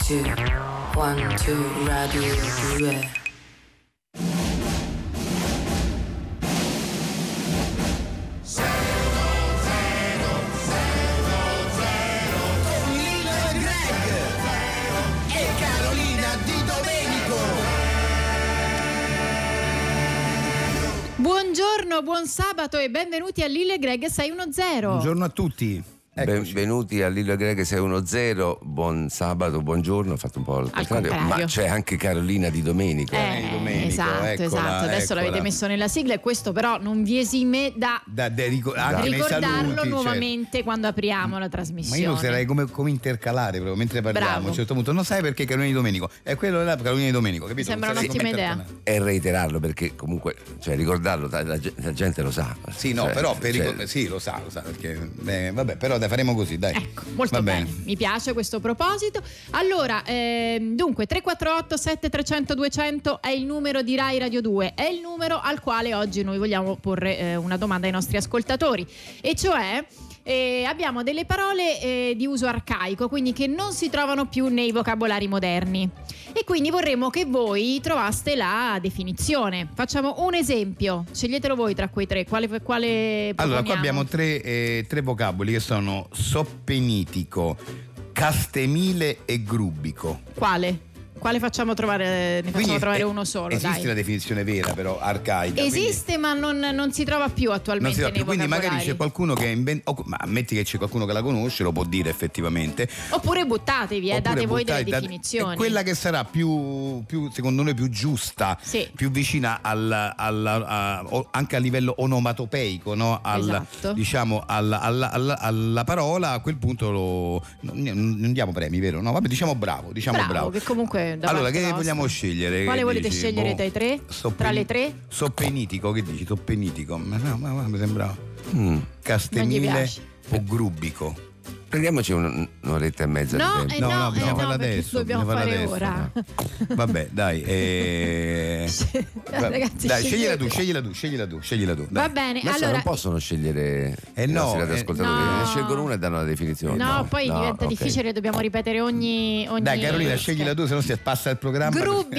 1, 2, Radio 2. Buongiorno, buon sabato e benvenuti a Lillo e Greg 610. Buongiorno a tutti. Eccoci. Benvenuti a Lillo e Greg 610, buon sabato, buongiorno, ho fatto un po' il contrario, ma c'è anche Carolina Di Domenico. Esatto. Adesso l'avete messo nella sigla e questo però non vi esime da ricordarlo saluti, nuovamente, certo, quando apriamo la trasmissione. Ma io userei come intercalare proprio mentre parliamo. Bravo. A un certo punto non sai perché Carolina Di Domenico è quello là, Carolina Di Domenico, capito? Mi sembra un'ottima idea. E reiterarlo perché comunque, cioè, ricordarlo, la gente lo sa. Sì, no, però sì, lo sa perché vabbè, però dai, faremo così, dai. Ecco, molto bene. Mi piace questo proposito. Allora, dunque 348 7300 200 è il numero di Rai Radio 2, è il numero al quale oggi noi vogliamo porre una domanda ai nostri ascoltatori, e cioè abbiamo delle parole di uso arcaico, quindi che non si trovano più nei vocabolari moderni, e quindi vorremmo che voi trovaste la definizione. Facciamo un esempio, sceglietelo voi tra quei tre, quale allora qua abbiamo tre vocaboli che sono soppenitico, castemile e grubico. Quale facciamo trovare? Ne facciamo trovare uno solo. Esiste la definizione vera, però arcaica. Esiste, ma non si trova più attualmente. Nei quindi vocabolari. Magari c'è qualcuno che ma ammetti che c'è qualcuno che la conosce, lo può dire effettivamente. Oppure buttatevi, date voi delle definizioni. Quella che sarà più secondo noi più giusta, sì, più vicina anche a livello onomatopeico, no? Esatto. Diciamo alla parola. A quel punto non diamo premi, vero? No, vabbè, diciamo bravo. Che comunque allora, che vogliamo scegliere? Quale volete scegliere dai tre? Tra le tre? Soppenitico, che dici? Soppenitico. Ma mi sembrava castemile o grubico. Prendiamoci un'oretta e mezza di tempo. No, bisogna farla adesso. Dobbiamo fare ora. Vabbè, dai. Ragazzi, dai, scegliela tu. Va bene, ma allora non possono scegliere i nostri ascoltatori, ne scelgono una e danno la definizione. No, poi diventa difficile, dobbiamo ripetere ogni. Dai, Carolina, scegliela tu, se no si passa il programma.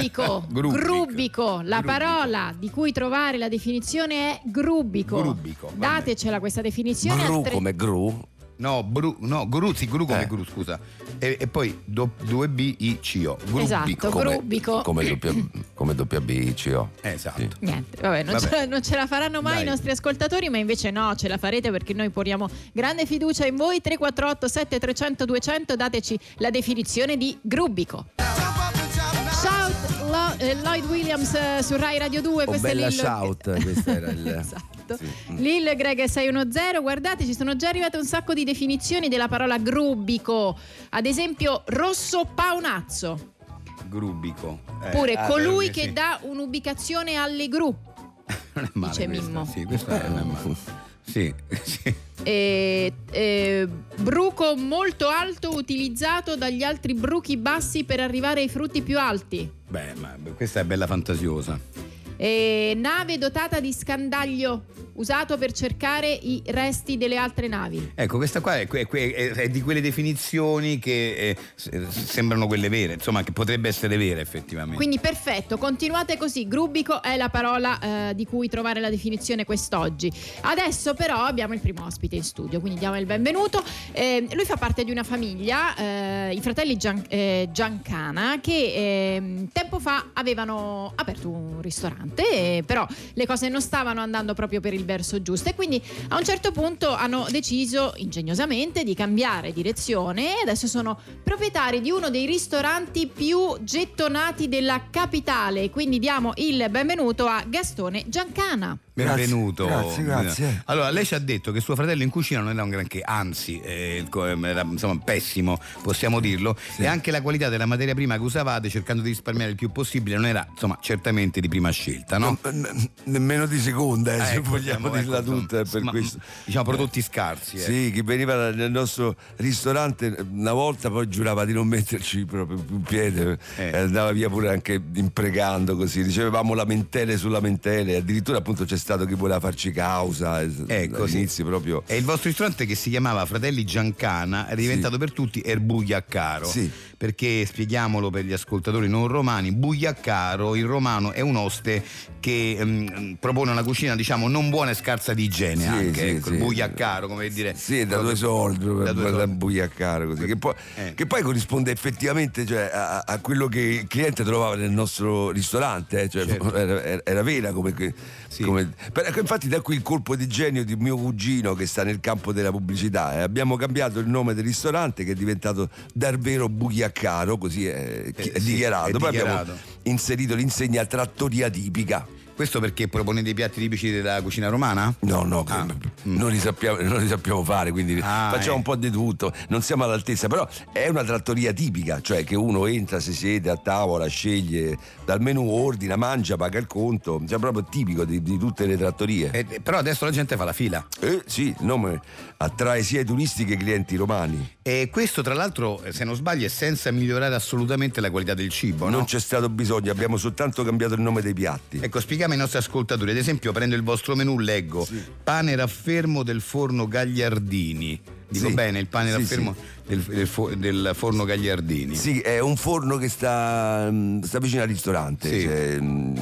Grubico. La parola di cui trovare la definizione è grubico. Datecela questa definizione. Gru come gru? No, gru come gru, scusa. E poi 2BICO. Grubico. Esatto, grubico. Come WBICO. Esatto. Sì. Niente, non ce la faranno mai i nostri ascoltatori, ma invece no, ce la farete, perché noi poniamo grande fiducia in voi. 348 7300 200, dateci la definizione di grubico. Shout Lloyd Williams su Rai Radio 2. Questa è Lillo. Shout, questo era il esatto. Sì. Lillo e Greg 610. Guardate, ci sono già arrivate un sacco di definizioni della parola grubico. Ad esempio, rosso paonazzo. Grubico. Oppure colui che dà un'ubicazione alle gru. Non è male, dice Mimmo. Sì, questo non è male. Sì. Bruco molto alto, utilizzato dagli altri bruchi bassi per arrivare ai frutti più alti. Beh, ma questa è bella fantasiosa. Nave dotata di scandaglio, usato per cercare i resti delle altre navi. Ecco, questa qua è di quelle definizioni che sembrano quelle vere, insomma, che potrebbe essere vera effettivamente. Quindi perfetto, continuate così. Grubico è la parola di cui trovare la definizione quest'oggi. Adesso però abbiamo il primo ospite in studio, quindi diamo il benvenuto. Lui fa parte di una famiglia, i fratelli Giancana, che tempo fa avevano aperto un ristorante, però le cose non stavano andando proprio per il verso giusto, e quindi a un certo punto hanno deciso ingegnosamente di cambiare direzione e adesso sono proprietari di uno dei ristoranti più gettonati della capitale. Quindi diamo il benvenuto a Gastone Giancana. Benvenuto. Grazie. Allora, lei ci ha detto che suo fratello in cucina non era un granché, anzi era insomma pessimo, possiamo dirlo, sì. E anche la qualità della materia prima che usavate, cercando di risparmiare il più possibile, non era insomma certamente di prima scelta, no? Nemmeno di seconda, se vogliamo dirla tutta, per questo. Diciamo prodotti scarsi. Sì, chi veniva nel nostro ristorante una volta poi giurava di non metterci proprio più piede, andava via pure anche imprecando così, dicevamo lamentele su lamentele, addirittura appunto c'è stato stato chi voleva farci causa, all'inizio proprio. E il vostro ristorante, che si chiamava Fratelli Giancana, è diventato per tutti Erbugliaccaro. Sì. Perché, spieghiamolo per gli ascoltatori non romani, Bugliaccaro in romano è un oste che propone una cucina, diciamo, non buona e scarsa di igiene, anche ecco, il Bugliaccaro, come dire. Sì, da 2 soldi per Bugliaccaro, così che poi corrisponde effettivamente, cioè, a quello che il cliente trovava nel nostro ristorante, cioè, certo. era vera come infatti da qui il colpo di genio di mio cugino che sta nel campo della pubblicità, abbiamo cambiato il nome del ristorante, che è diventato Davvero Bugliaccaro, così è dichiarato. Poi abbiamo inserito l'insegna trattoria tipica. Questo perché propone dei piatti tipici della cucina romana? No, non li sappiamo fare, quindi facciamo un po' di tutto, non siamo all'altezza, però è una trattoria tipica, cioè che uno entra, si siede a tavola, sceglie dal menù, ordina, mangia, paga il conto, cioè proprio tipico di tutte le trattorie. Però adesso la gente fa la fila. Sì, il nome attrae sia i turisti che i clienti romani. E questo, tra l'altro, se non sbaglio, è senza migliorare assolutamente la qualità del cibo, no? Non c'è stato bisogno, abbiamo soltanto cambiato il nome dei piatti. Ecco, spieghiamo ai nostri ascoltatori, ad esempio prendo il vostro menù, leggo pane raffermo del forno Gagliardini. Dico bene, il pane raffermo del forno Gagliardini. Sì, è un forno che sta vicino al ristorante. Sì. Cioè,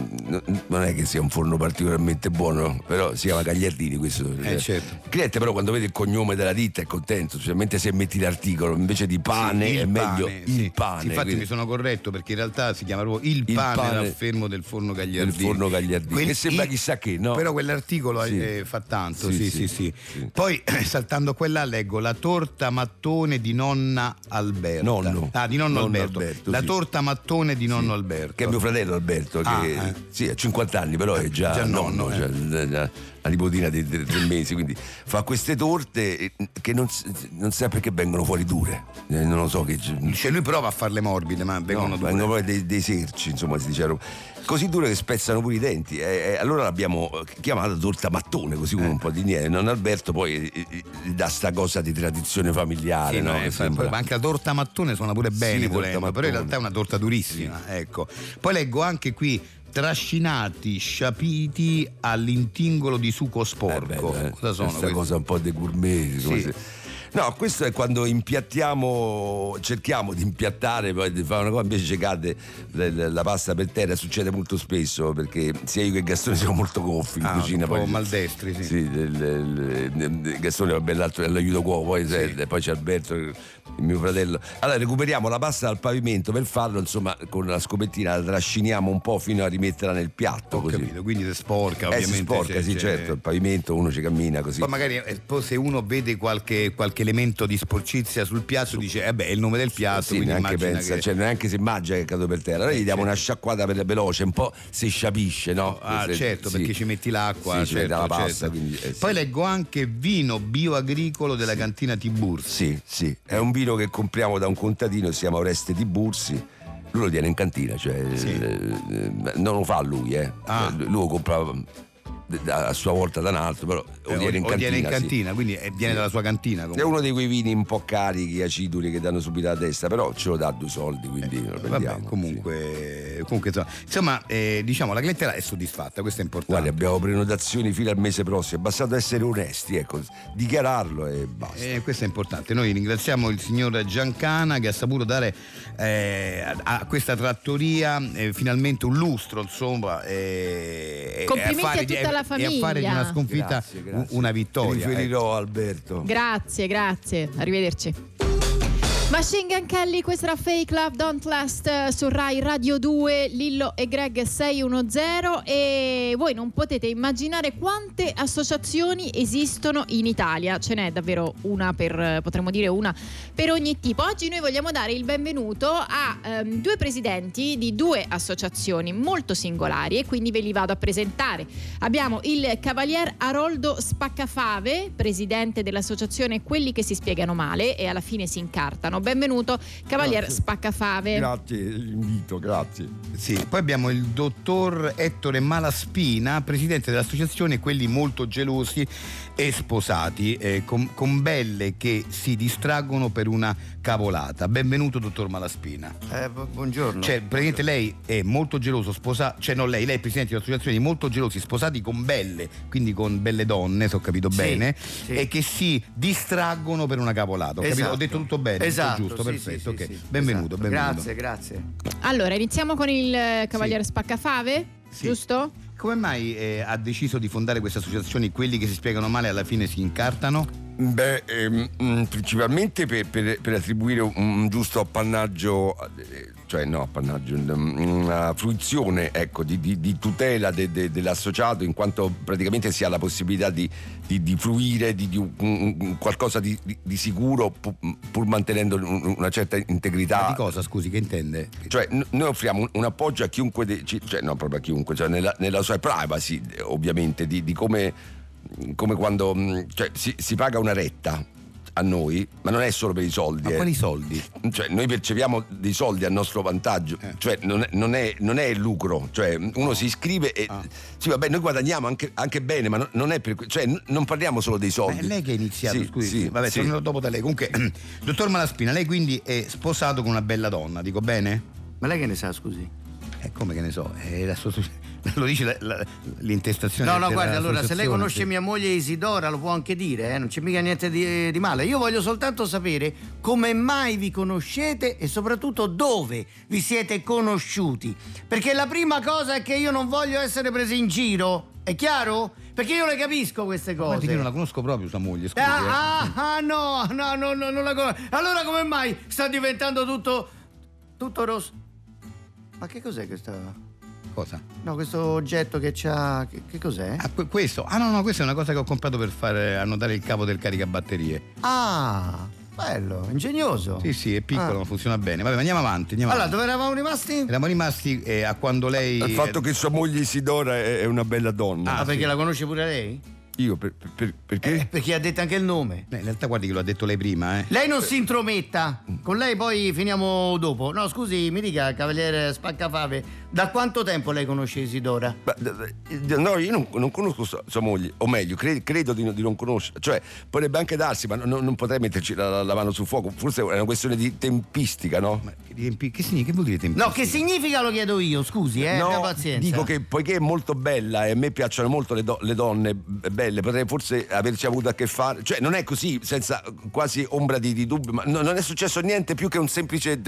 non è che sia un forno particolarmente buono, però si chiama Gagliardini questo. Certo. Il cliente però quando vede il cognome della ditta è contento, specialmente se metti l'articolo, invece di pane è meglio il pane. Infatti quindi mi sono corretto, perché in realtà si chiama proprio il pane raffermo del forno Gagliardini. Del forno Gagliardini, che sembra chissà che, no? Però quell'articolo fa tanto, sì. Poi saltando qua leggo la torta mattone di nonna Alberta. Di nonno Alberto. La torta mattone di nonno Alberto. Che è mio fratello Alberto, che ha 50 anni, però è già nonno. Cioè, la nipotina di 3 mesi, quindi fa queste torte che non sa perché vengono fuori dure. Non lo so che. Cioè lui prova a farle morbide, ma vengono dure. Vengono poi dei serci, insomma, si dice così dure che spezzano pure i denti. Allora l'abbiamo chiamata torta mattone, così con un po' di niente. Non Alberto poi dà sta cosa di tradizione familiare, sì, no? Ma anche la torta mattone suona pure bene, però in realtà è una torta durissima. Ecco. Poi leggo anche qui trascinati sciapiti all'intingolo di sugo sporco. Cosa sono questa cosa un po' dei gourmet? No, questo è quando cerchiamo di impiattare, poi di fare una cosa, invece cade la pasta per terra. Succede molto spesso, perché sia io che Gastone siamo molto goffi in cucina. Un po' maldestri, Gastone, vabbè, l'altro è l'aiuto cuoco, poi c'è Alberto, il mio fratello. Allora recuperiamo la pasta dal pavimento, per farlo, insomma, con la scopettina la trasciniamo un po' fino a rimetterla nel piatto. Ho capito, quindi si sporca, ovviamente. Si sporca, certo, il pavimento, uno ci cammina così. Poi magari se uno vede qualche elemento di sporcizia sul piatto, dice è il nome del piatto, quindi neanche pensa, che... cioè neanche si immagina che è caduto per terra. Allora gli diamo una sciacquata per veloce, un po' si sciapisce, no? Certo, perché ci metti l'acqua, ci mette la pasta, quindi, Poi leggo anche vino bioagricolo della cantina Tibursi. Sì, è un vino che compriamo da un contadino, si chiama Oreste Tibursi. Lui lo tiene in cantina, cioè non lo fa lui, lui lo compra a sua volta da un altro, però lo tiene in cantina, quindi viene dalla sua cantina comunque. È uno di quei vini un po' carichi, aciduli, che danno subito la testa, però ce lo dà 2 soldi, quindi lo prendiamo. Comunque insomma, diciamo la clientela è soddisfatta, questo è importante. Guarda, abbiamo prenotazioni fino al mese prossimo, è bastato essere onesti, ecco, dichiararlo e basta. Questo è importante. Noi ringraziamo il signor Giancana che ha saputo dare a questa trattoria finalmente un lustro, insomma, complimenti a tutta la famiglia, e a fare di una sconfitta una vittoria. Riferirò Alberto. Grazie, arrivederci. Machine Gun Kelly, questa era Fake Love Don't Last su Rai Radio 2, Lillo e Greg 610, e voi non potete immaginare quante associazioni esistono in Italia. Ce n'è davvero potremmo dire una per ogni tipo. Oggi noi vogliamo dare il benvenuto a 2 presidenti di 2 associazioni molto singolari, e quindi ve li vado a presentare. Abbiamo il Cavalier Aroldo Spaccafave, presidente dell'associazione Quelli che si spiegano male e alla fine si incartano. Milano. Benvenuto, Cavalier Spaccafave. Grazie l'invito, grazie. Sì, poi abbiamo il dottor Ettore Malaspina, presidente dell'associazione Quelli Molto Gelosi e Sposati, con belle che si distraggono per una cavolata. Benvenuto, dottor Malaspina. Buongiorno. Cioè, praticamente lei è molto geloso, lei è presidente dell'associazione di molto gelosi sposati con belle, quindi con belle donne, se ho capito bene, sì. e che si distraggono per una cavolata. Ho detto tutto bene, esatto, tutto giusto, sì, perfetto. sì, Ok. sì, Benvenuto, esatto. benvenuto. Grazie. Allora, iniziamo con il Cavaliere Spaccafave, giusto? Come mai ha deciso di fondare queste associazioni? Quelli che si spiegano male alla fine si incartano? Principalmente per attribuire un giusto appannaggio, una fruizione, ecco, di tutela dell'associato, in quanto praticamente si ha la possibilità di fruire di qualcosa di sicuro, pur mantenendo una certa integrità. Ma di cosa, scusi, che intende? Cioè, noi offriamo un appoggio a chiunque, non proprio a chiunque, cioè nella sua privacy, ovviamente, di come quando si paga una retta a noi, ma non è solo per i soldi. Ma quali soldi? Cioè, noi percepiamo dei soldi a nostro vantaggio, cioè non è il lucro, cioè uno si iscrive e sì, vabbè, noi guadagniamo anche bene, ma non è per cioè non parliamo solo dei soldi. Ma è lei che ha iniziato, sì, scusi, sì, vabbè, sì. tornerò dopo da lei. Comunque, dottor Malaspina, lei quindi è sposato con una bella donna, dico bene? Ma lei che ne sa, scusi? Come che ne so, lo dice l'intestazione. No, guarda, allora, se lei conosce sì. mia moglie Isidora lo può anche dire, non c'è mica niente di male. Io voglio soltanto sapere come mai vi conoscete e soprattutto dove vi siete conosciuti. Perché la prima cosa è che io non voglio essere preso in giro, è chiaro? Perché io le capisco queste cose. Guardi che io non la conosco proprio sua moglie, scusi. No, non la conosco. Allora come mai sta diventando tutto rosso? Ma che cos'è questa? Cosa? No, questo oggetto che c'ha. Che cos'è? Questo? No, questa è una cosa che ho comprato per fare annodare il cavo del caricabatterie. Bello, ingegnoso. Sì, è piccolo, ma funziona bene. Vabbè, andiamo avanti. Allora, dove eravamo rimasti? Eravamo rimasti a quando lei. Il fatto che sua moglie Isidora è una bella donna. Perché la conosce pure lei? Io perché? Perché ha detto anche il nome. In realtà guardi che lo ha detto lei prima, Lei non si intrometta. Con lei poi finiamo dopo. No, scusi, mi dica, Cavaliere Spaccafave, da quanto tempo lei conosce Isidora? No, io non conosco sua moglie, o meglio, credo di non conoscere. Cioè, potrebbe anche darsi, ma non potrei metterci la mano sul fuoco. Forse è una questione di tempistica, no? Ma che vuol dire tempistica? No, che significa lo chiedo io, scusi, abbia pazienza. Dico che poiché è molto bella e a me piacciono molto le donne belle, potrei forse averci avuto a che fare. Cioè, non è così, senza quasi ombra di dubbio, ma non è successo niente più che un semplice.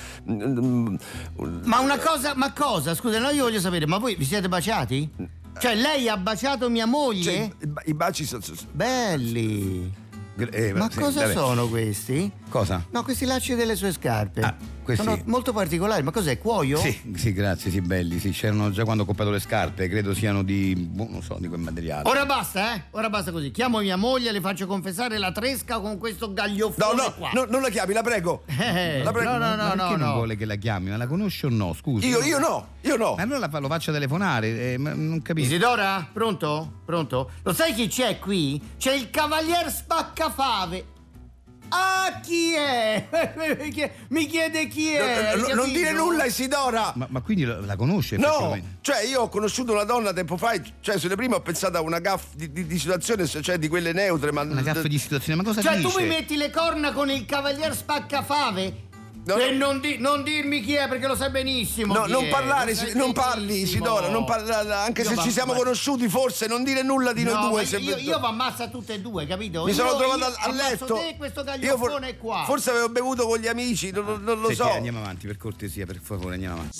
Ma una cosa, cosa? Scusa, no, io voglio sapere, ma voi vi siete baciati? Cioè, lei ha baciato mia moglie? Cioè, i baci sono belli. Ma sì, cosa vabbè. sono questi? Cosa? No, questi lacci delle sue scarpe. Questi? Sono molto particolari, ma cos'è, cuoio? Sì, grazie, sì, belli, sì, c'erano già quando ho comprato le scarpe, credo siano di, non so, di quel materiale. Ora basta così, chiamo mia moglie, le faccio confessare la tresca con questo gaglioffone qua. No, non la chiami, la prego. La prego. Ma perché non vuole che la chiami? Ma la conosce o no? Scusi. Io no. Ma allora lo faccia telefonare, non capisco. Isidora, pronto? Lo sai chi c'è qui? C'è il Cavalier Spaccafave. Chi è? Mi chiede chi è. Non dire nulla, Isidora. Ma quindi la conosce? No, cioè io ho conosciuto una donna tempo fa, cioè sulle prime ho pensato a una gaffe di situazione, cioè di quelle neutre, ma una gaffe di situazione, ma cosa cioè, dice? tu mi metti le corna con il Cavalier Spaccafave? E non dirmi chi è, perché lo sai benissimo. No, non parlare, non parli, Isidora, non parla, anche se ci siamo conosciuti, forse non dire nulla di noi due. Io vi ammazzo tutte e due, capito? Mi sono trovato a letto. Te questo gaglioffone qua. Forse avevo bevuto con gli amici, non lo so. Andiamo avanti, per cortesia, per favore, andiamo avanti.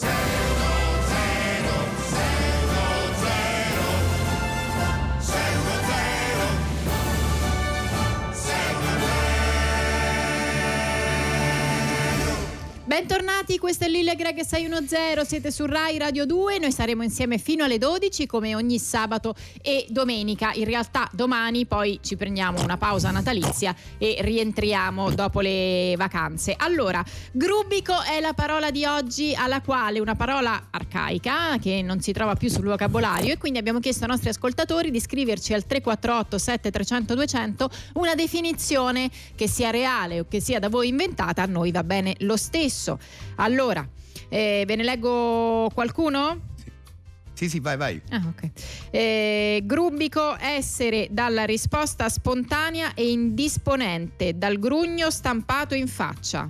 Bentornati, questo è Lille Greg 610, siete su Rai Radio 2, noi saremo insieme fino alle 12 come ogni sabato e domenica. In realtà domani poi ci prendiamo una pausa natalizia e rientriamo dopo le vacanze. Allora, grubbico è la parola di oggi, alla quale una parola arcaica che non si trova più sul vocabolario, e quindi abbiamo chiesto ai nostri ascoltatori di scriverci al 348 7300 200 una definizione che sia reale o che sia da voi inventata, a noi va bene lo stesso. Allora, ve ne leggo qualcuno? Sì, vai. Ok. Grubbico, essere dalla risposta spontanea e indisponente, dal grugno stampato in faccia.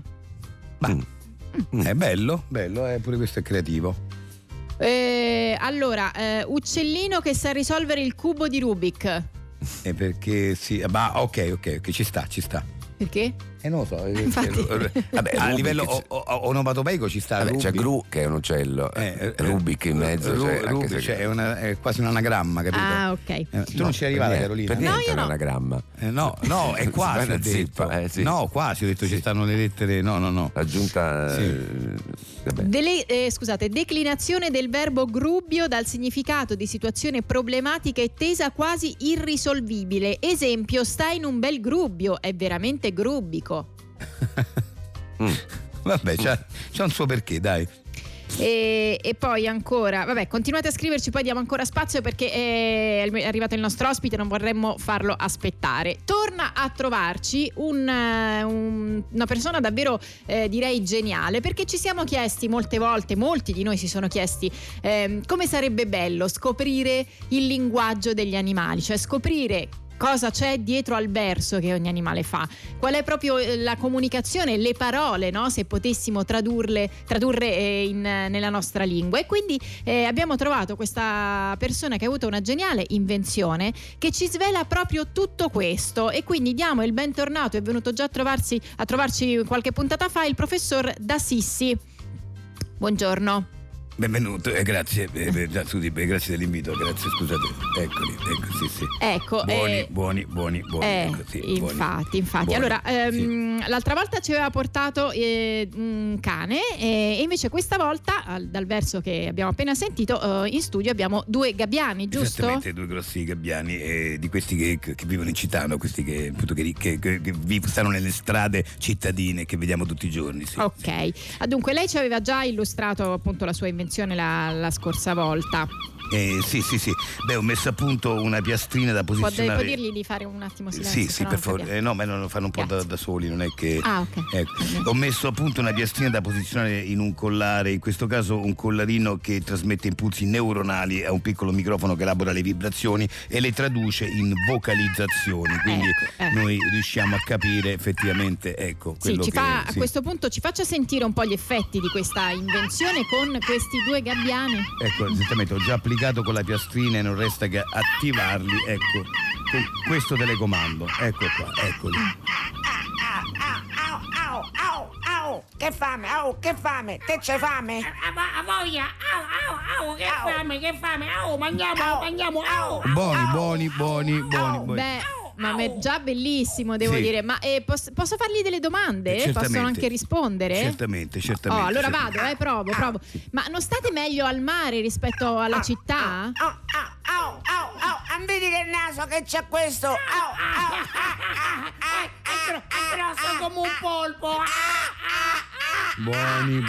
È bello, pure questo è creativo. Allora, uccellino che sa risolvere il cubo di Rubik. Perché sì, ok, ci sta. Perché? Non lo so. Infatti. Vabbè, a livello onomatopeico ci sta. Vabbè, c'è Gru che è un ucello, Rubik in mezzo. Rubik, è quasi un anagramma, capito? Ah, ok. Tu non ci sei arrivata, Carolina? Per niente io è un no. anagramma. No, è quasi ho detto. Sì. No, quasi ho detto ci stanno le lettere. No. Aggiunta. Scusate, declinazione del verbo grubbio dal significato di situazione problematica e tesa quasi irrisolvibile. Esempio, sta in un bel grubbio, è veramente grubbico. Vabbè, c'ha un suo perché, dai. E poi ancora, vabbè, continuate a scriverci, poi diamo ancora spazio perché è arrivato il nostro ospite, non vorremmo farlo aspettare. Torna a trovarci una persona davvero direi geniale, perché ci siamo chiesti molte volte, molti di noi si sono chiesti come sarebbe bello scoprire il linguaggio degli animali, cioè scoprire cosa c'è dietro al verso che ogni animale fa, qual è proprio la comunicazione, le parole, no? Se potessimo tradurre nella nostra lingua. E quindi abbiamo trovato questa persona che ha avuto una geniale invenzione che ci svela proprio tutto questo, e quindi diamo il bentornato, è venuto già a trovarci qualche puntata fa, il professor D'Assisi. Buongiorno. Benvenuto e grazie grazie dell'invito, grazie, scusate, eccoli, sì. Ecco, buoni, infatti. Buoni, allora, sì. L'altra volta ci aveva portato un cane, e invece questa volta, dal verso che abbiamo appena sentito, in studio abbiamo due gabbiani, giusto? Esattamente, due grossi gabbiani, di questi che vivono in città, no? Questi che appunto che stanno nelle strade cittadine che vediamo tutti i giorni, sì. Ok, dunque lei ci aveva già illustrato appunto la sua invenzione la scorsa volta. Sì. Beh, ho messo a punto una piastrina da posizionare. Può dirgli di fare un attimo silenzio? Sì, per favore. No, ma lo fanno un po' da soli, non è che. Ok. Ecco. Ho messo a punto una piastrina da posizionare in un collare, in questo caso un collarino che trasmette impulsi neuronali a un piccolo microfono che elabora le vibrazioni e le traduce in vocalizzazioni. Quindi noi riusciamo a capire effettivamente, quello a questo punto ci faccia sentire un po' gli effetti di questa invenzione con questi due gabbiani. Ecco, esattamente, ho già applicato con la piastrina e non resta che attivarli, ecco, con questo telecomando. Ecco qua, eccoli. Che fame, te c'hai fame? A voglia, che fame, mangiamo, Buoni. Beh, ma è già bellissimo, devo dire. Ma posso fargli delle domande? Certamente. Possono anche rispondere? Certamente. Allora vado, provo. Ma non state meglio al mare rispetto alla città? Vedi che naso che c'è questo? È grosso come un polpo. Buoni.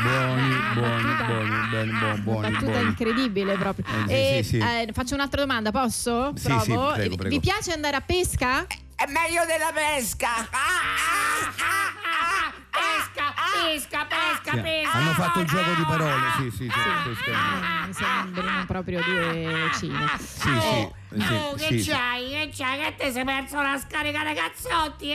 Battuta incredibile proprio. Sì. Faccio un'altra domanda, posso? Sì, Provo. prego. Vi piace andare a pesca? È meglio della pesca. Pesca. Hanno fatto il gioco di parole, sì. Mi sembrano proprio due cime. Che c'hai? Che te sei perso la scarica dei cazzotti?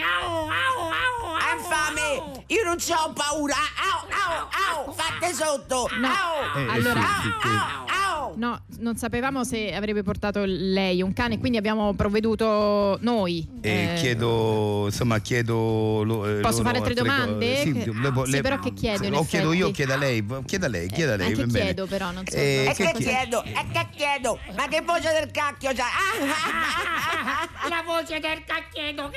Infame, io non c'ho paura. Fatte sotto. Allora, No, non sapevamo se avrebbe portato lei un cane, quindi abbiamo provveduto noi. Chiedo. Posso fare altre domande? Sì, però che chiedo? In o chiedo io o effetti? chieda lei. Che chiedo però, non so. E che chiedo? Ma che voce del cacchio c'ha? La voce del cacchiedo.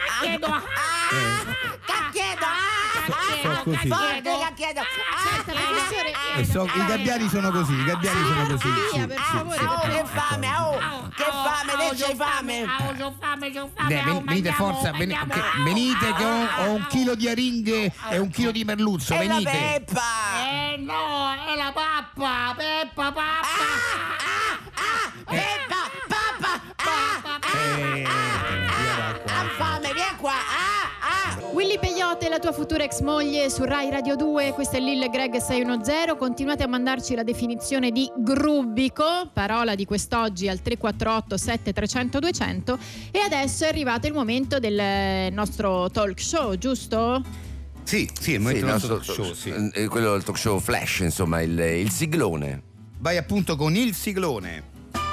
Forte cacchiedo. Senta, professore, I gabbiani sono così. via, per favore. Che fame, che fame, te c'hai fame? C'ho fame. Venite, forza, venite che ho un chilo di aringhe e un chilo di merluzzo, È la venite. Peppa. No, è la pappa. Peppa. Ha fame, vieni qua. Willy Peyote, la tua futura ex moglie su Rai Radio 2, questo è Lil Greg 610. Continuate a mandarci la definizione di grubbico, parola di quest'oggi, al 348 7300 200. E adesso è arrivato il momento del nostro talk show, giusto? Sì, il momento del nostro talk show, sì. Quello del talk show flash, insomma, il siglone. Vai appunto con il siglone.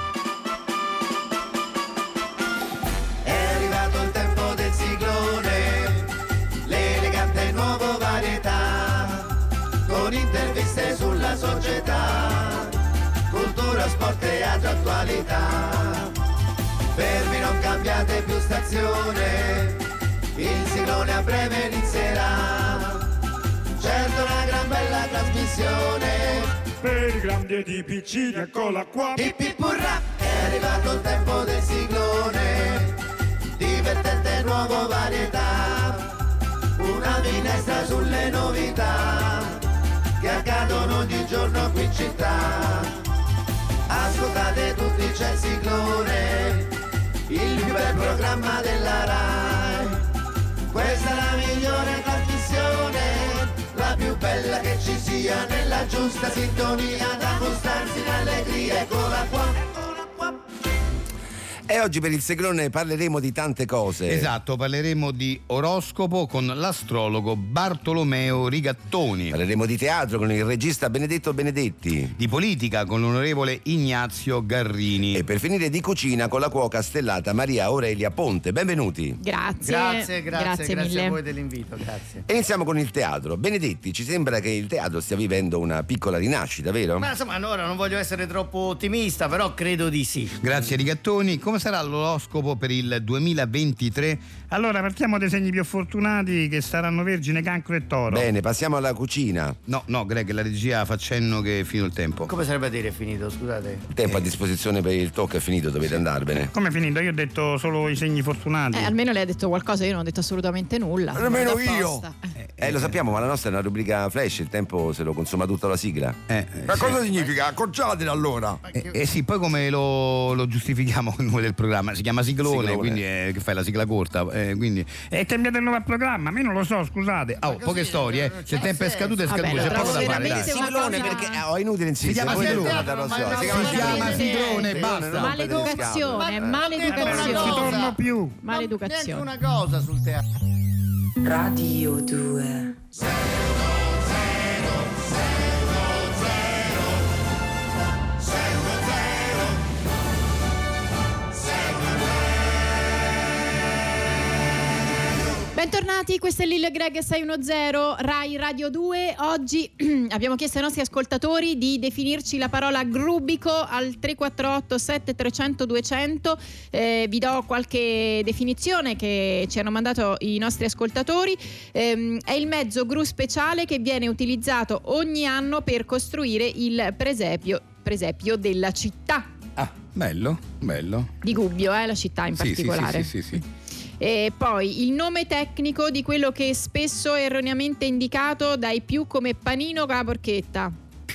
È arrivato il tempo del siglone, l'elegante nuovo varietà, con interviste sulla società, cultura, sport, teatro, attualità. Fermi, non cambiate più stazione, il siglone a breve inizierà. Certo, una gran bella trasmissione per i grandi ed i piccini, eccola qua. Hip hip hurra, è arrivato il tempo del siglone, divertente nuovo varietà, una finestra sulle novità che accadono ogni giorno qui in città. Ascoltate tutti, c'è il siglone, il più bel programma della Rai. Questa è la migliore trasmissione, la più bella che ci sia, nella giusta sintonia da gustarsi in allegria. Eccola qua. E oggi per il siglone parleremo di tante cose. Esatto, parleremo di oroscopo con l'astrologo Bartolomeo Rigattoni. Parleremo di teatro con il regista Benedetto Benedetti. Di politica con l'onorevole Ignazio Garrini. E per finire di cucina con la cuoca stellata Maria Aurelia Ponte. Benvenuti. Grazie mille a voi dell'invito, grazie. E iniziamo con il teatro. Benedetti, ci sembra che il teatro stia vivendo una piccola rinascita, vero? Ma insomma, ora non voglio essere troppo ottimista, però credo di sì. Grazie Rigattoni. Come sarà l'oroscopo per il 2023? Allora partiamo dai segni più fortunati, che saranno Vergine, Cancro e Toro. Bene, passiamo alla cucina. No, Greg, la regia fa cenno che è finito il tempo. Come sarebbe a dire è finito, scusate? Il tempo a disposizione per il talk è finito, dovete andarvene. Come è finito? Io ho detto solo i segni fortunati. Almeno lei ha detto qualcosa, io non ho detto assolutamente nulla. Nemmeno io. Lo sappiamo, ma la nostra è una rubrica flash, il tempo se lo consuma tutta la sigla. Ma cosa significa? Accorciatela allora. Sì, poi come lo giustifichiamo il nome del programma? Si chiama siglone. Quindi che fai la sigla corta? Quindi e cambiate il nuovo programma, ma io non lo so, scusate. Poche storie, se il tempo è scaduto è scaduto, c'è poco da fare. Dai. Siglone perché è inutile insistere. Si chiama siglone, basta. Maleducazione. Non ci torno più. Maleducazione. Neanche una cosa sul teatro. Radio 2. Bentornati, questo è Lil Greg 610 Rai Radio 2. Oggi abbiamo chiesto ai nostri ascoltatori di definirci la parola grubbico al 348 7300 200. Vi do qualche definizione che ci hanno mandato i nostri ascoltatori. È il mezzo gru speciale che viene utilizzato ogni anno per costruire il presepio della città. Ah, bello. Di Gubbio, la città in particolare. Sì. E poi il nome tecnico di quello che spesso è erroneamente indicato dai più come panino con la porchetta.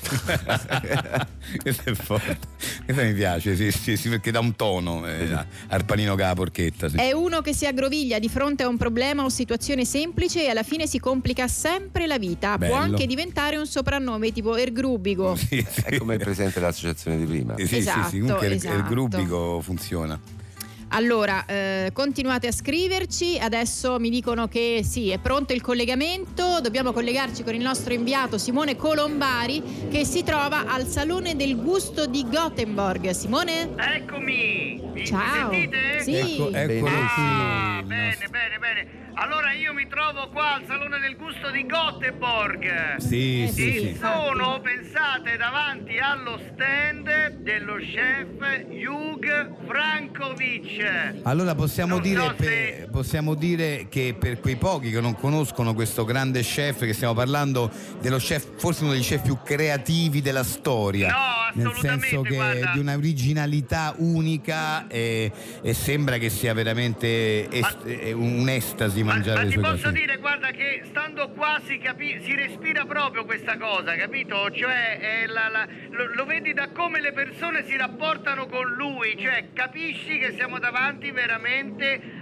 Questo è forte, questo mi piace, sì, perché dà un tono al panino con la porchetta. Sì. È uno che si aggroviglia di fronte a un problema o situazione semplice e alla fine si complica sempre la vita. Bello. Può anche diventare un soprannome tipo Ergrubico. Sì. È come il presidente dell'associazione di prima. Sì, comunque il grubico funziona. Allora, continuate a scriverci. Adesso mi dicono che sì, è pronto il collegamento. Dobbiamo collegarci con il nostro inviato Simone Colombari, che si trova al Salone del Gusto di Gothenburg. Simone? Eccomi! Ciao! Mi sentite? Sì. Eccolo qui. Bene. Allora io mi trovo qua al Salone del Gusto di Gothenburg. Sì. E sono, pensate, davanti allo stand dello chef Hugh Frankovic. Allora possiamo Non so possiamo dire che per quei pochi che non conoscono questo grande chef, che stiamo parlando dello chef, forse uno dei chef più creativi della storia. No, nel senso che guarda, di una originalità unica e sembra che sia veramente un'estasi mangiare ma le ti sue posso cose. dire, guarda, che stando qua si respira proprio questa cosa, capito? Cioè lo vedi da come le persone si rapportano con lui, cioè capisci che siamo davanti veramente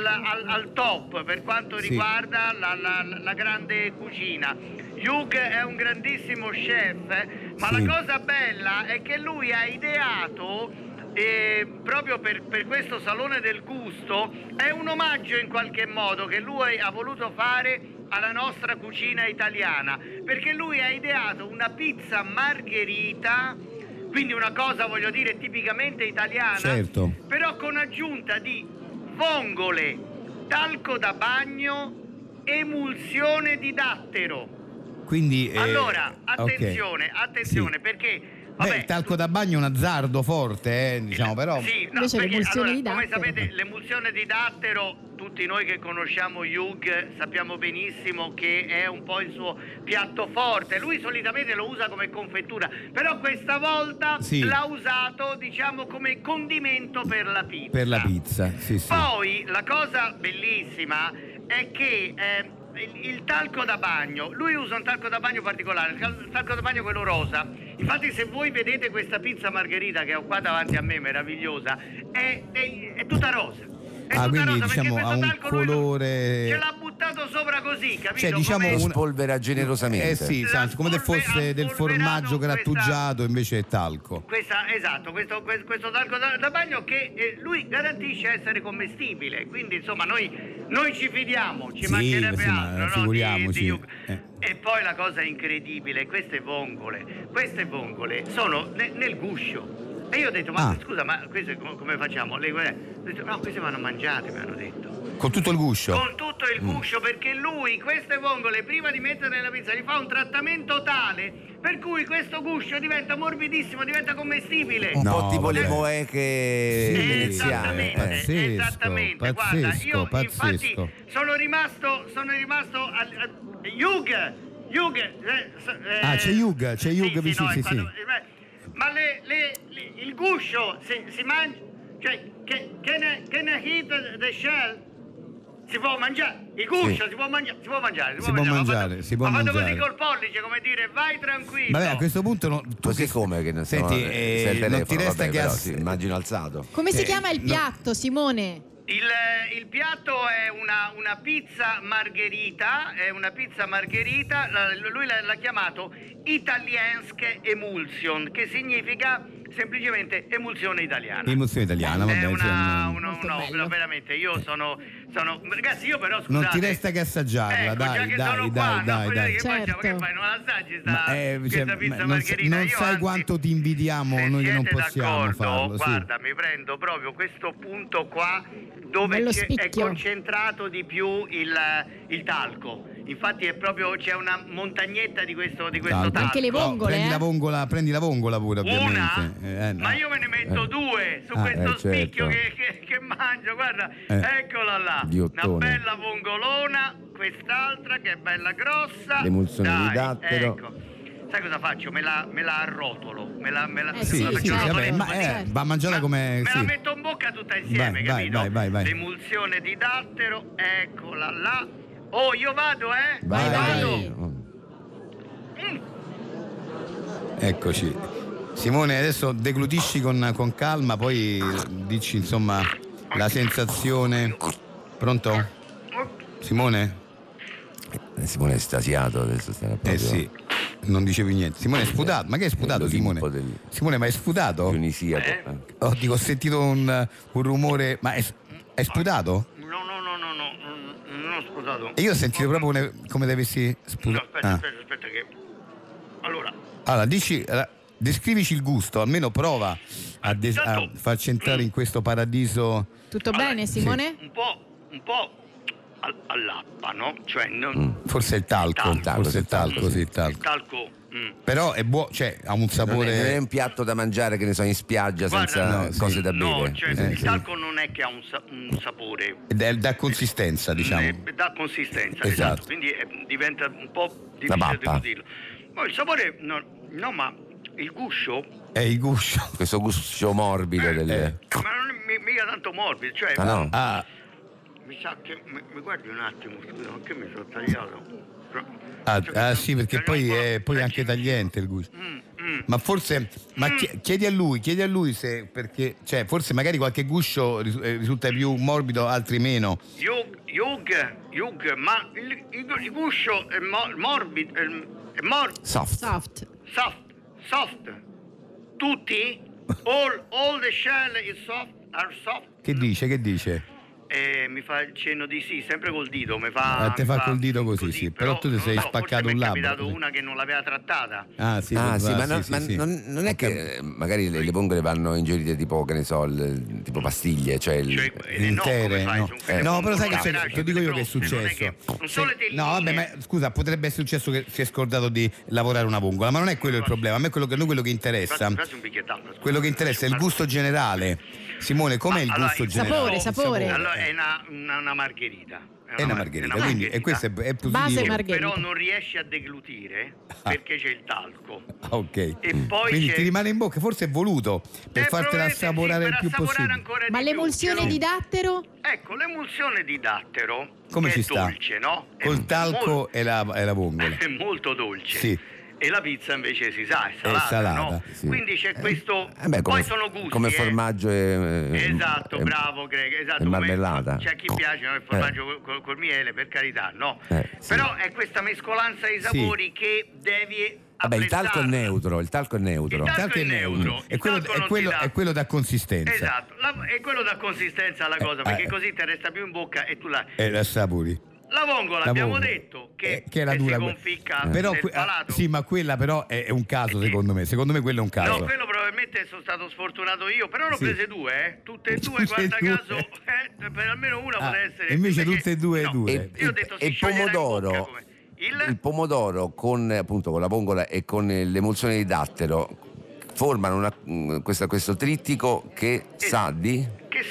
al top per quanto riguarda la grande cucina. Hugh è un grandissimo chef, ma la cosa bella è che lui ha ideato, proprio per questo Salone del Gusto, è un omaggio in qualche modo che lui ha voluto fare alla nostra cucina italiana, perché lui ha ideato una pizza margherita, quindi una cosa, voglio dire, tipicamente italiana, certo, però con aggiunta di vongole, talco da bagno, emulsione di dattero. Quindi allora, attenzione, sì, perché vabbè, il talco da bagno è un azzardo forte, diciamo, però sì, invece perché, l'emulsione di come dattero, sapete, l'emulsione di dattero, tutti noi che conosciamo Hugh sappiamo benissimo che è un po' il suo piatto forte. Lui solitamente lo usa come confettura, però questa volta l'ha usato, diciamo, come condimento per la pizza. Per la pizza, sì. Poi la cosa bellissima è che il talco da bagno, lui usa un talco da bagno particolare, il talco da bagno quello rosa. Infatti, se voi vedete questa pizza margherita che ho qua davanti a me, meravigliosa, è tutta rosa. Quindi diciamo ha un colore, ce l'ha buttato sopra così, capito? Cioè, diciamo, lo spolvera generosamente. sì, come se fosse del formaggio grattugiato, invece è talco. Questo talco da bagno che lui garantisce essere commestibile, quindi insomma noi ci fidiamo, ci mancherebbe altro, figuriamoci. E poi la cosa incredibile, queste vongole sono nel guscio. E io ho detto, ma scusa, ma queste come facciamo? Lei ha detto, no, queste vanno mangiate, mi hanno detto. Con tutto il guscio? Con tutto il guscio, perché lui queste vongole, prima di metterle nella pizza, gli fa un trattamento tale per cui questo guscio diventa morbidissimo, diventa commestibile. Un po' tipo le moeche veneziane. Esattamente. Guarda, io infatti sono rimasto Hugh. C'è Hugh, sì. Ma il guscio si mangia, cioè can I eat the shell? Si può mangiare, il guscio si può mangiare. Si può mangiare. Ha fatto così col pollice, come dire, vai tranquillo. Vabbè, a questo punto così come che ne so, senti, non ti resta che immagino alzato. Come si chiama il piatto, Simone? Il piatto è una pizza margherita, lui l'ha chiamato Italienske Emulsion, che significa semplicemente emulsione italiana. Emulsione italiana, vabbè. È no, veramente, io sono ragazzi, io però scusate. Non ti resta che assaggiarla, dai. Certo. Che fai? Non assaggi questa pizza margherita? Non sai quanto ti invidiamo noi che non possiamo farlo. Guarda, mi prendo proprio questo punto qua dove è concentrato di più il talco. Infatti è proprio, c'è una montagnetta di questo talco. Anche le vongole, prendi la vongola pure, ovviamente. No. Ma io me ne metto due su questo spicchio che mangio, guarda, eccola là. Ghiottone. Una bella vongolona, quest'altra che è bella grossa. L'emulsione di dattero. Ecco. Sai cosa faccio? Me la arrotolo. Va mangiata come. Me la metto in bocca tutta insieme, capito? Vai. L'emulsione di dattero, eccola là. Oh, io vado, Vai. Eccoci. Simone, adesso deglutisci con calma, poi dici insomma la sensazione. Pronto? Simone? Simone è estasiato, adesso sta proprio. Sì. Non dicevi niente. Simone è sputato. Ma che è sputato, Simone? Simone, ma è sputato? Tunisiaco. Oh, dico, ho sentito un rumore. Ma è sputato? No, non ho sputato. E io ho sentito proprio come se avessi sputato. No, aspetta che... Allora, descrivici il gusto, almeno prova a farci entrare in questo paradiso. Tutto bene, Simone? Sì. Un po' all'appa, no? Cioè forse il talco. Il talco. Però è buono, cioè ha un sapore. Non è un piatto da mangiare, che ne so, in spiaggia. Guarda, senza cose da bere. No, cioè, il talco non è che ha un sapore. Da consistenza, diciamo. Da consistenza, esatto. Quindi diventa un po' difficile di dirlo. Ma il sapore no, ma il guscio. È il guscio. Questo guscio morbido ma non è mica tanto morbido, cioè. Mi sa che mi guardi un attimo, scusa, ma che mi sono tagliato? Sì, perché poi è anche tagliente il gusto. Ma forse chiedi a lui se, perché cioè forse magari qualche guscio risulta più morbido, altri meno. Ma il guscio è morbido, soft. Tutti? All the shell are soft. Che dice? Mi fa il cenno di sì, sempre col dito. Te fa col dito così. Però tu ti sei spaccato un labbro. Mi è capitato una che non l'aveva trattata. Non è che magari le vongole vanno ingerite tipo, che ne so, tipo pastiglie, cioè intere. No, però sai che ti dico io che è successo. No, vabbè, ma scusa, potrebbe essere successo che si è scordato di lavorare una vongola, ma non è quello il problema. A me quello che interessa. Quello che interessa è il gusto generale. Simone, com'è il gusto generale? Sapore. Allora è una margherita. È una margherita, quindi e questo è positivo. Base margherita. Però non riesci a deglutire perché c'è il talco. Ok. E poi quindi ti rimane in bocca, forse è voluto per fartela assaporare il più possibile. Ma l'emulsione di dattero? Ecco, l'emulsione di dattero come ci sta? Dolce, no? Col talco e la vongola. È molto dolce. Sì. E la pizza invece si sa, è salata, no? Sì. Quindi c'è questo. Poi sono gusti. Come formaggio esatto, bravo Greg. Esatto, e marmellata. C'è chi piace il formaggio col miele, per carità, no? Sì. Però è questa mescolanza di sapori che devi. Vabbè, il talco è neutro. Il talco è neutro. È quello da consistenza. Esatto, è quello da consistenza la cosa, perché così ti resta più in bocca e tu la assapori. La vongola abbiamo detto che è la dura, si conficca però nel palato. Sì, ma quella però è un caso, secondo me. Secondo me quello è un caso. No, quello probabilmente sono stato sfortunato io, però ne ho prese due, tutte e due, guarda caso, per almeno una poteva essere. Invece tutte e due. Io ho detto il pomodoro. Il pomodoro con la vongola e con l'emulsione di dattero formano questo trittico che sa di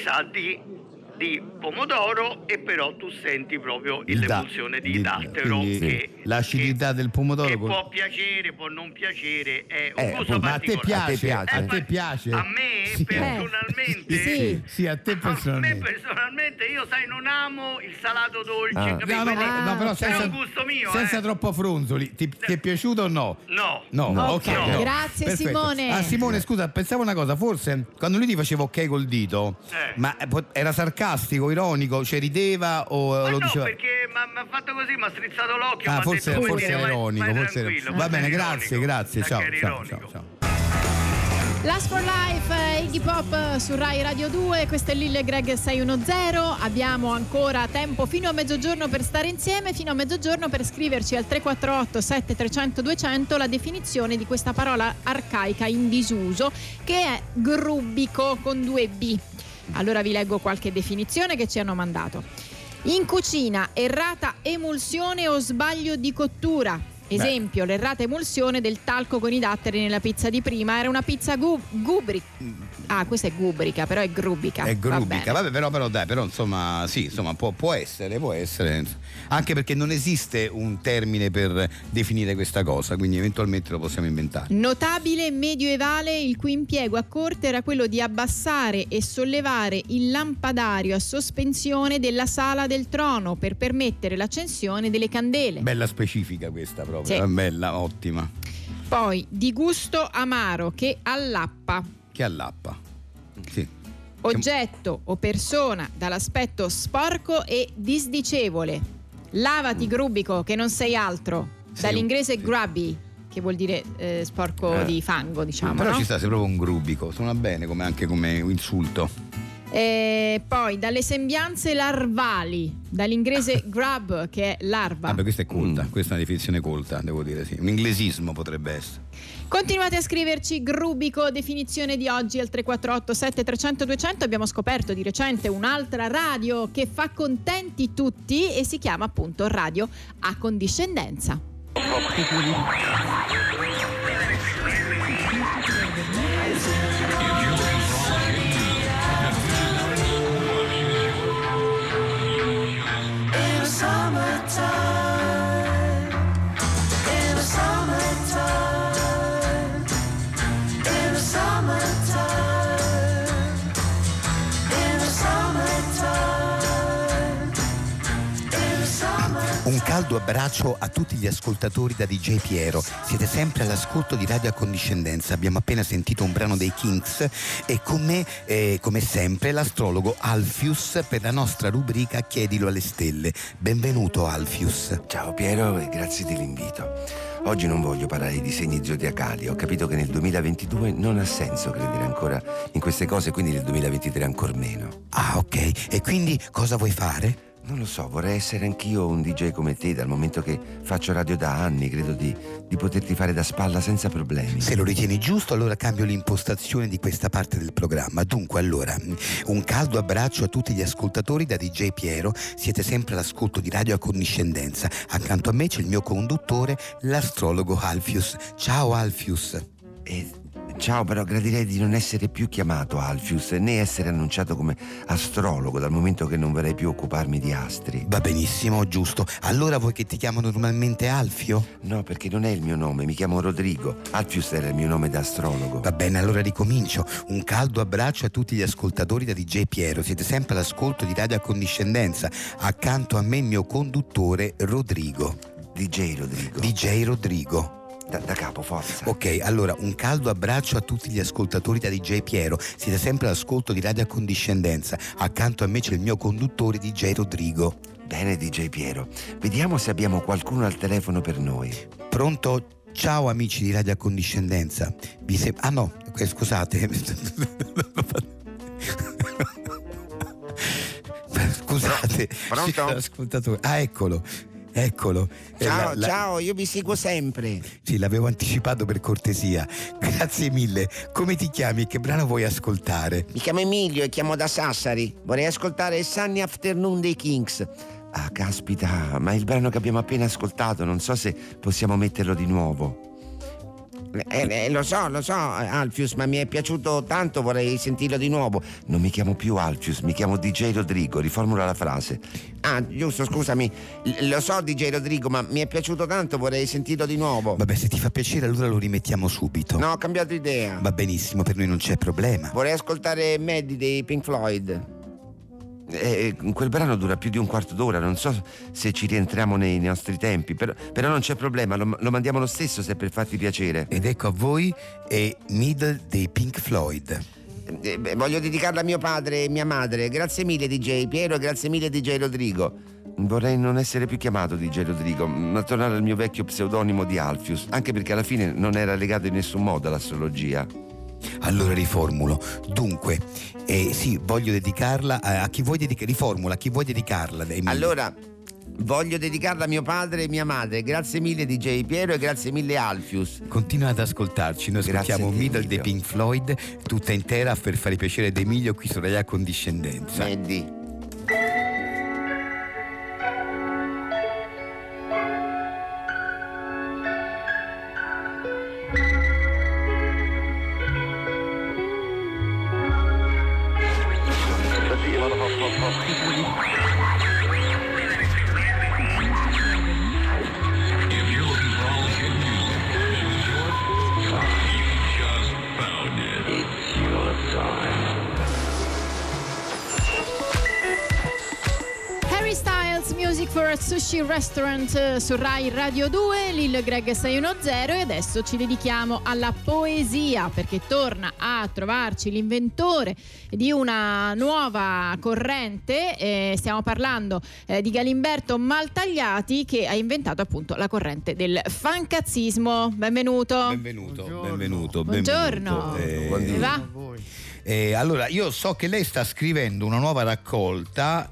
pomodoro, e però tu senti proprio l'emulsione di dattero, l'acidità del pomodoro che può piacere, può non piacere, è un gusto ma particolare. A te piace? A me personalmente sì, a te personalmente. A me personalmente, io non amo il salato dolce, capito? No, però è un gusto mio, senza troppo fronzoli. Ti è piaciuto o no? No. Okay, no. Grazie. Perfetto. Simone. Simone, scusa, pensavo una cosa, forse quando lui ti faceva ok col dito, ma era sarcastico, ironico, cioè rideva o lo diceva? No, perché mi ha fatto così, mi ha strizzato l'occhio. Forse era ironico. Va bene, grazie. Ciao. Last for Life, Iggy Pop su Rai Radio 2, questo è Lille Greg 610. Abbiamo ancora tempo fino a mezzogiorno per stare insieme, fino a mezzogiorno per scriverci al 348 7300 200 la definizione di questa parola arcaica in disuso, che è grubbico con 2 B. Allora vi leggo qualche definizione che ci hanno mandato. In cucina, errata emulsione o sbaglio di cottura. Esempio, l'errata emulsione del talco con i datteri nella pizza di prima. Era una pizza gubrica. Questa è gubrica, però è grubica. È grubica, vabbè, però insomma, sì, insomma, può essere. Anche perché non esiste un termine per definire questa cosa, quindi eventualmente lo possiamo inventare. Notabile medioevale, il cui impiego a corte era quello di abbassare e sollevare il lampadario a sospensione della sala del trono per permettere l'accensione delle candele. Bella specifica questa proprio, sì. Bella, ottima. Poi di gusto amaro, che allappa. Sì. Oggetto o persona dall'aspetto sporco e disdicevole. Lavati grubico, che non sei altro. Dall'inglese grubby. che vuol dire sporco di fango, diciamo. Però no? ci sta, sei proprio un grubico, suona bene anche come insulto. Poi dalle sembianze larvali, dall'inglese grub, che è larva. Vabbè, questa è colta, questa è una definizione colta, devo dire, sì. Un inglesismo potrebbe essere. Continuate a scriverci grubico, definizione di oggi al 348 7300 200. Abbiamo scoperto di recente un'altra radio che fa contenti tutti e si chiama appunto Radio Accondiscendenza. Un caldo abbraccio a tutti gli ascoltatori da DJ Piero. Siete sempre all'ascolto di Radio Accondiscendenza. Abbiamo appena sentito un brano dei Kinks e con me, come sempre, l'astrologo Alfius per la nostra rubrica Chiedilo alle stelle. Benvenuto Alfius. Ciao Piero e grazie dell'invito. Oggi non voglio parlare di segni zodiacali. Ho capito che nel 2022 non ha senso credere ancora in queste cose, quindi nel 2023 ancor meno. Ah, ok. E quindi cosa vuoi fare? Non lo so, vorrei essere anch'io un DJ come te, dal momento che faccio radio da anni, credo di poterti fare da spalla senza problemi. Se lo ritieni giusto, allora cambio l'impostazione di questa parte del programma. Dunque, allora, un caldo abbraccio a tutti gli ascoltatori da DJ Piero. Siete sempre all'ascolto di Radio Accondiscendenza. Accanto a me c'è il mio conduttore, l'astrologo Alfius. Ciao Alfius. Ciao, però gradirei di non essere più chiamato Alfius né essere annunciato come astrologo, dal momento che non vorrei più occuparmi di astri. Va benissimo, giusto. Allora vuoi che ti chiamo normalmente Alfio? No, perché non è il mio nome, mi chiamo Rodrigo. Alfius era il mio nome da astrologo. Va bene, allora ricomincio. Un caldo abbraccio a tutti gli ascoltatori da DJ Piero. Siete sempre all'ascolto di Radio Accondiscendenza. Accanto a me il mio conduttore Rodrigo. DJ Rodrigo. DJ Rodrigo. Da capo, forza. Ok, allora un caldo abbraccio a tutti gli ascoltatori da DJ Piero. Siete sempre all'ascolto di Radio Accondiscendenza. Accanto a me c'è il mio conduttore DJ Rodrigo. Bene DJ Piero, vediamo se abbiamo qualcuno al telefono per noi. Pronto? Ciao amici di Radio Accondiscendenza. Ah no, scusate. Scusate. Pronto? Ascoltatore. Ah, eccolo. Ciao, io vi seguo sempre. Sì, l'avevo anticipato per cortesia. Grazie mille. Come ti chiami e che brano vuoi ascoltare? Mi chiamo Emilio e chiamo da Sassari. Vorrei ascoltare Sunny Afternoon dei Kinks. Ah, caspita, ma il brano che abbiamo appena ascoltato, non so se possiamo metterlo di nuovo. Lo so, Alfius, ma mi è piaciuto tanto, vorrei sentirlo di nuovo. Non mi chiamo più Alfius, mi chiamo DJ Rodrigo, riformula la frase. Ah, giusto, scusami. Lo so, DJ Rodrigo, ma mi è piaciuto tanto, vorrei sentirlo di nuovo. Vabbè, se ti fa piacere allora lo rimettiamo subito. No, ho cambiato idea. Va benissimo, per noi non c'è problema. Vorrei ascoltare Maddie dei Pink Floyd. Quel brano dura più di un quarto d'ora, non so se ci rientriamo nei nostri tempi, però non c'è problema, lo mandiamo lo stesso se per farti piacere. Ed ecco a voi è Middle dei Pink Floyd. Voglio dedicarla a mio padre e mia madre. Grazie mille DJ Piero e grazie mille DJ Rodrigo. Vorrei non essere più chiamato DJ Rodrigo, ma tornare al mio vecchio pseudonimo di Alfius, anche perché alla fine non era legato in nessun modo all'astrologia. Allora riformulo. Dunque, sì, voglio dedicarla a chi vuoi riformula, a chi vuoi dedicarla. Allora, voglio dedicarla a mio padre e mia madre. Grazie mille DJ Piero e grazie mille Alfius. Continua ad ascoltarci, noi ascoltiamo Middle dei Pink Floyd, tutta intera per fare piacere ad Emilio qui su Radio Accondiscendenza. Maddie. for Sushi Restaurant su Rai Radio 2, Lil Greg 610, e adesso ci dedichiamo alla poesia, perché torna a trovarci l'inventore di una nuova corrente. Stiamo parlando di Galimberto Maltagliati, che ha inventato appunto la corrente del fancazzismo. Benvenuto. Benvenuto. Buongiorno. Come va? Allora, io so che lei sta scrivendo una nuova raccolta.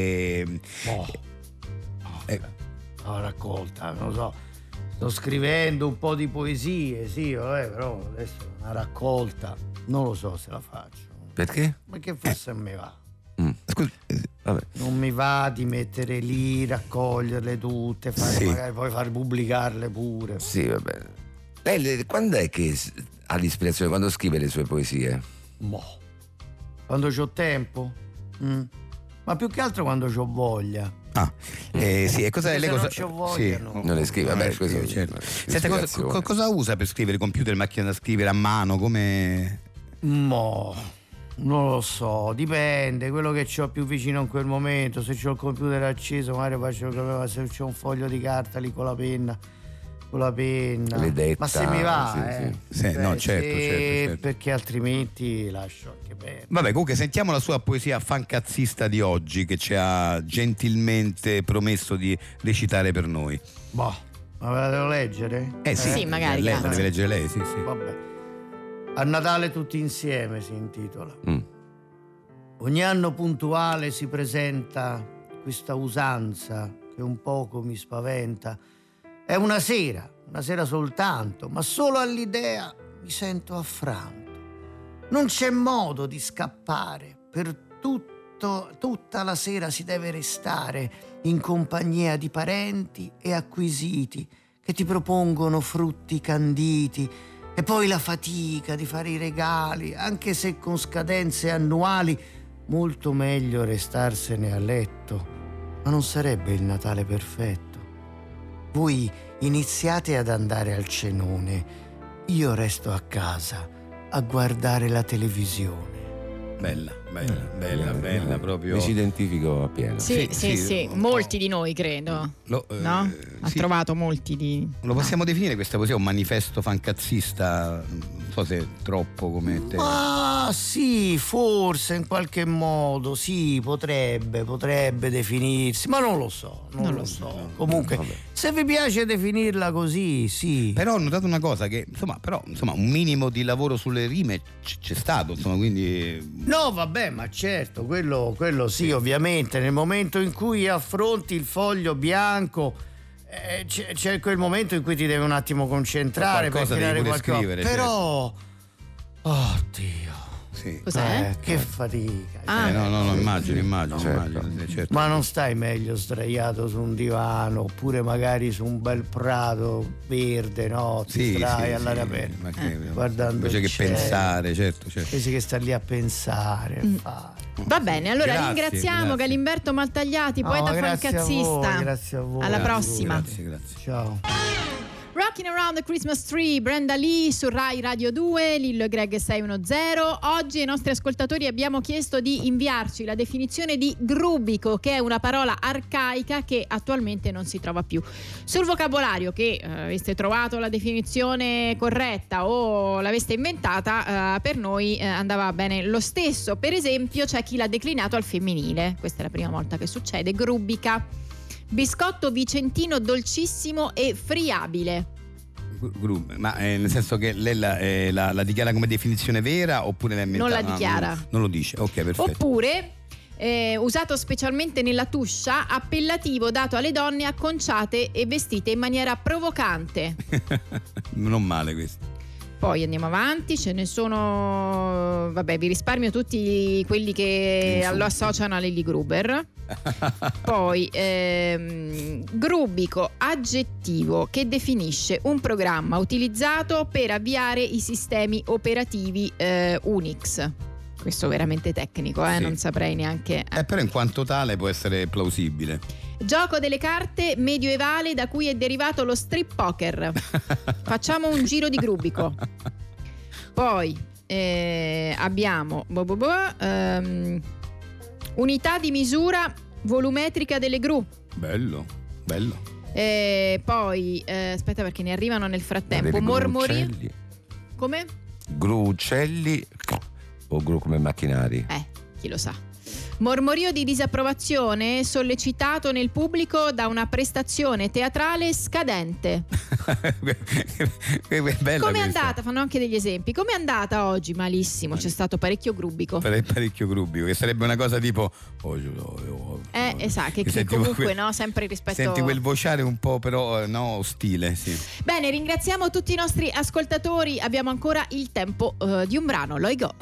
Raccolta, non lo so. Sto scrivendo un po' di poesie, sì, però adesso una raccolta non lo so se la faccio. Perché? Perché forse non mi va. Scusi, vabbè. Non mi va di mettere lì, raccoglierle tutte, magari poi far pubblicarle pure. Sì, vabbè. Lei quando è che ha l'ispirazione? Quando scrive le sue poesie? Quando c'ho tempo? Ma più che altro quando c'ho voglia. Sì, e cosa non c'ho voglia, no. Non le scrive, vabbè, questo certo. Senta, cosa usa per scrivere? Computer, macchina da scrivere, a mano, come? Non lo so, dipende, quello che c'ho più vicino in quel momento. Se c'ho il computer acceso magari faccio, se c'ho un foglio di carta lì con la penna, ma se mi va, certo. Perché altrimenti lascio anche bene. Vabbè, comunque sentiamo la sua poesia fancazzista di oggi, che ci ha gentilmente promesso di recitare per noi. Ma ve la devo leggere? Sì, magari. La deve leggere lei, sì. Vabbè. A Natale tutti insieme si intitola. Ogni anno puntuale si presenta questa usanza che un poco mi spaventa. È una sera soltanto, ma solo all'idea mi sento affranto. Non c'è modo di scappare, per tutta la sera si deve restare in compagnia di parenti e acquisiti che ti propongono frutti canditi, e poi la fatica di fare i regali, anche se con scadenze annuali. Molto meglio restarsene a letto, ma non sarebbe il Natale perfetto. Voi iniziate ad andare al cenone, io resto a casa a guardare la televisione. Bella, proprio. Mi ci identifico appieno. Sì, molti di noi credo. No? Ha trovato molti di. Lo possiamo definire questa poesia un manifesto fancazzista? Non so se è troppo come te. Ma sì, forse in qualche modo sì, potrebbe definirsi, ma non lo so. Comunque, se vi piace definirla così, sì. Però ho notato una cosa, che insomma un minimo di lavoro sulle rime c'è stato, insomma, quindi. No, vabbè, ma certo, quello sì, ovviamente. Nel momento in cui affronti il foglio bianco, c'è quel momento in cui ti devi un attimo concentrare per tirare qualcosa. Però, oddio. Sì. Cos'è? Che fatica. No, immagino. Certo. Ma non stai meglio sdraiato su un divano, oppure magari su un bel prato verde, no? Ti strai all'aria aperta, guardando invece che cielo. Pensare, certo. Invece che star lì a pensare, a fare. Va bene, allora ringraziamo grazie. Galimberto Maltagliati, poeta fancazzista. Grazie a voi. Alla prossima. Grazie. Ciao. Rocking Around the Christmas Tree, Brenda Lee su Rai Radio 2, Lil Greg 610. Oggi ai nostri ascoltatori abbiamo chiesto di inviarci la definizione di grubico, che è una parola arcaica che attualmente non si trova più. Sul vocabolario, che aveste trovato la definizione corretta o l'aveste inventata, per noi andava bene lo stesso. Per esempio c'è chi l'ha declinato al femminile, questa è la prima volta che succede, grubica. Biscotto vicentino dolcissimo e friabile. Ma nel senso che lei la dichiara come definizione vera oppure l'ha inventata? Non la dichiara. Non lo dice, ok, perfetto. Oppure usato specialmente nella tuscia, appellativo dato alle donne acconciate e vestite in maniera provocante. Non male questo. Poi andiamo avanti, ce ne sono, vabbè, vi risparmio tutti quelli che lo associano a Lily Gruber. Poi grubico, aggettivo che definisce un programma utilizzato per avviare i sistemi operativi Unix. Questo veramente tecnico, Sì. Non saprei neanche. Però in quanto tale può essere plausibile. Gioco delle carte medioevale da cui è derivato lo strip poker. Facciamo un giro di grubico. Poi abbiamo unità di misura volumetrica delle gru. Bello. E poi aspetta, perché ne arrivano nel frattempo. Mormorio. Come? Gru uccelli o gru come macchinari? Chi lo sa. Mormorio di disapprovazione sollecitato nel pubblico da una prestazione teatrale scadente. Come è andata? Fanno anche degli esempi. Come è andata oggi? Malissimo, c'è stato parecchio grubbico. Parecchio grubbico, che sarebbe una cosa tipo esatto, che comunque no, sempre rispetto. Senti quel vociare un po' però ostile, sì. Bene, ringraziamo tutti i nostri ascoltatori. Abbiamo ancora il tempo di un brano. Loi Go.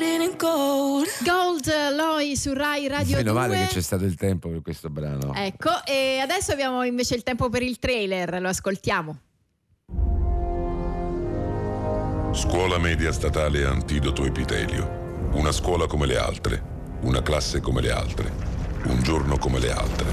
Gold, Loi su Rai Radio 2. Meno male che c'è stato il tempo per questo brano. Ecco, e adesso abbiamo invece il tempo per il trailer, lo ascoltiamo. Scuola media statale Antidoto Epitelio. Una scuola come le altre, una classe come le altre, un giorno come le altre.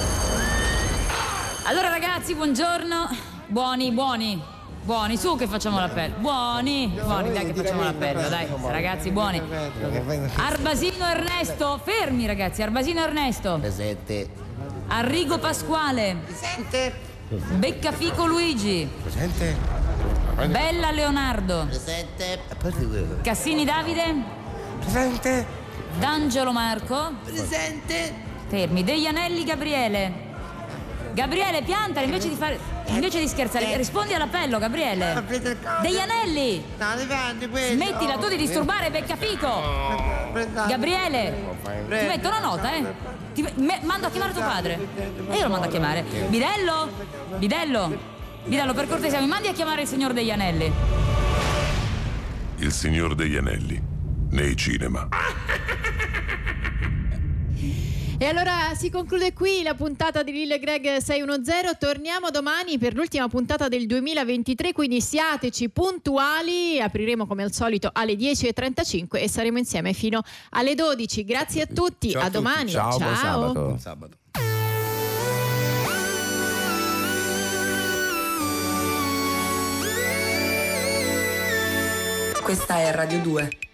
Allora ragazzi, buongiorno. Buoni, su che facciamo l'appello. Buoni, dai che facciamo l'appello, dai. Ragazzi, buoni. Arbasino Ernesto, fermi ragazzi, Arbasino Ernesto. Presente. Arrigo Pasquale. Presente. Beccafico Luigi. Presente. Bella Leonardo. Presente. Cassini Davide. Presente. D'Angelo Marco. Presente. Fermi. Deianelli Gabriele. Gabriele, piantala invece di scherzare. Rispondi all'appello, Gabriele. Deianelli. No, dipende questo. Smettila tu di disturbare Beccafico. Gabriele, ti metto una nota, mando a chiamare tuo padre. E io lo mando a chiamare. Bidello, per cortesia, mi mandi a chiamare il signor Deianelli. Il signor Deianelli, nei cinema. E allora si conclude qui la puntata di Lille Greg 610. Torniamo domani per l'ultima puntata del 2023, quindi siateci puntuali. Apriremo come al solito alle 10:35 e saremo insieme fino alle 12. Grazie a tutti, Ciao a a tutti. domani. Ciao, buon sabato. Questa è Radio 2.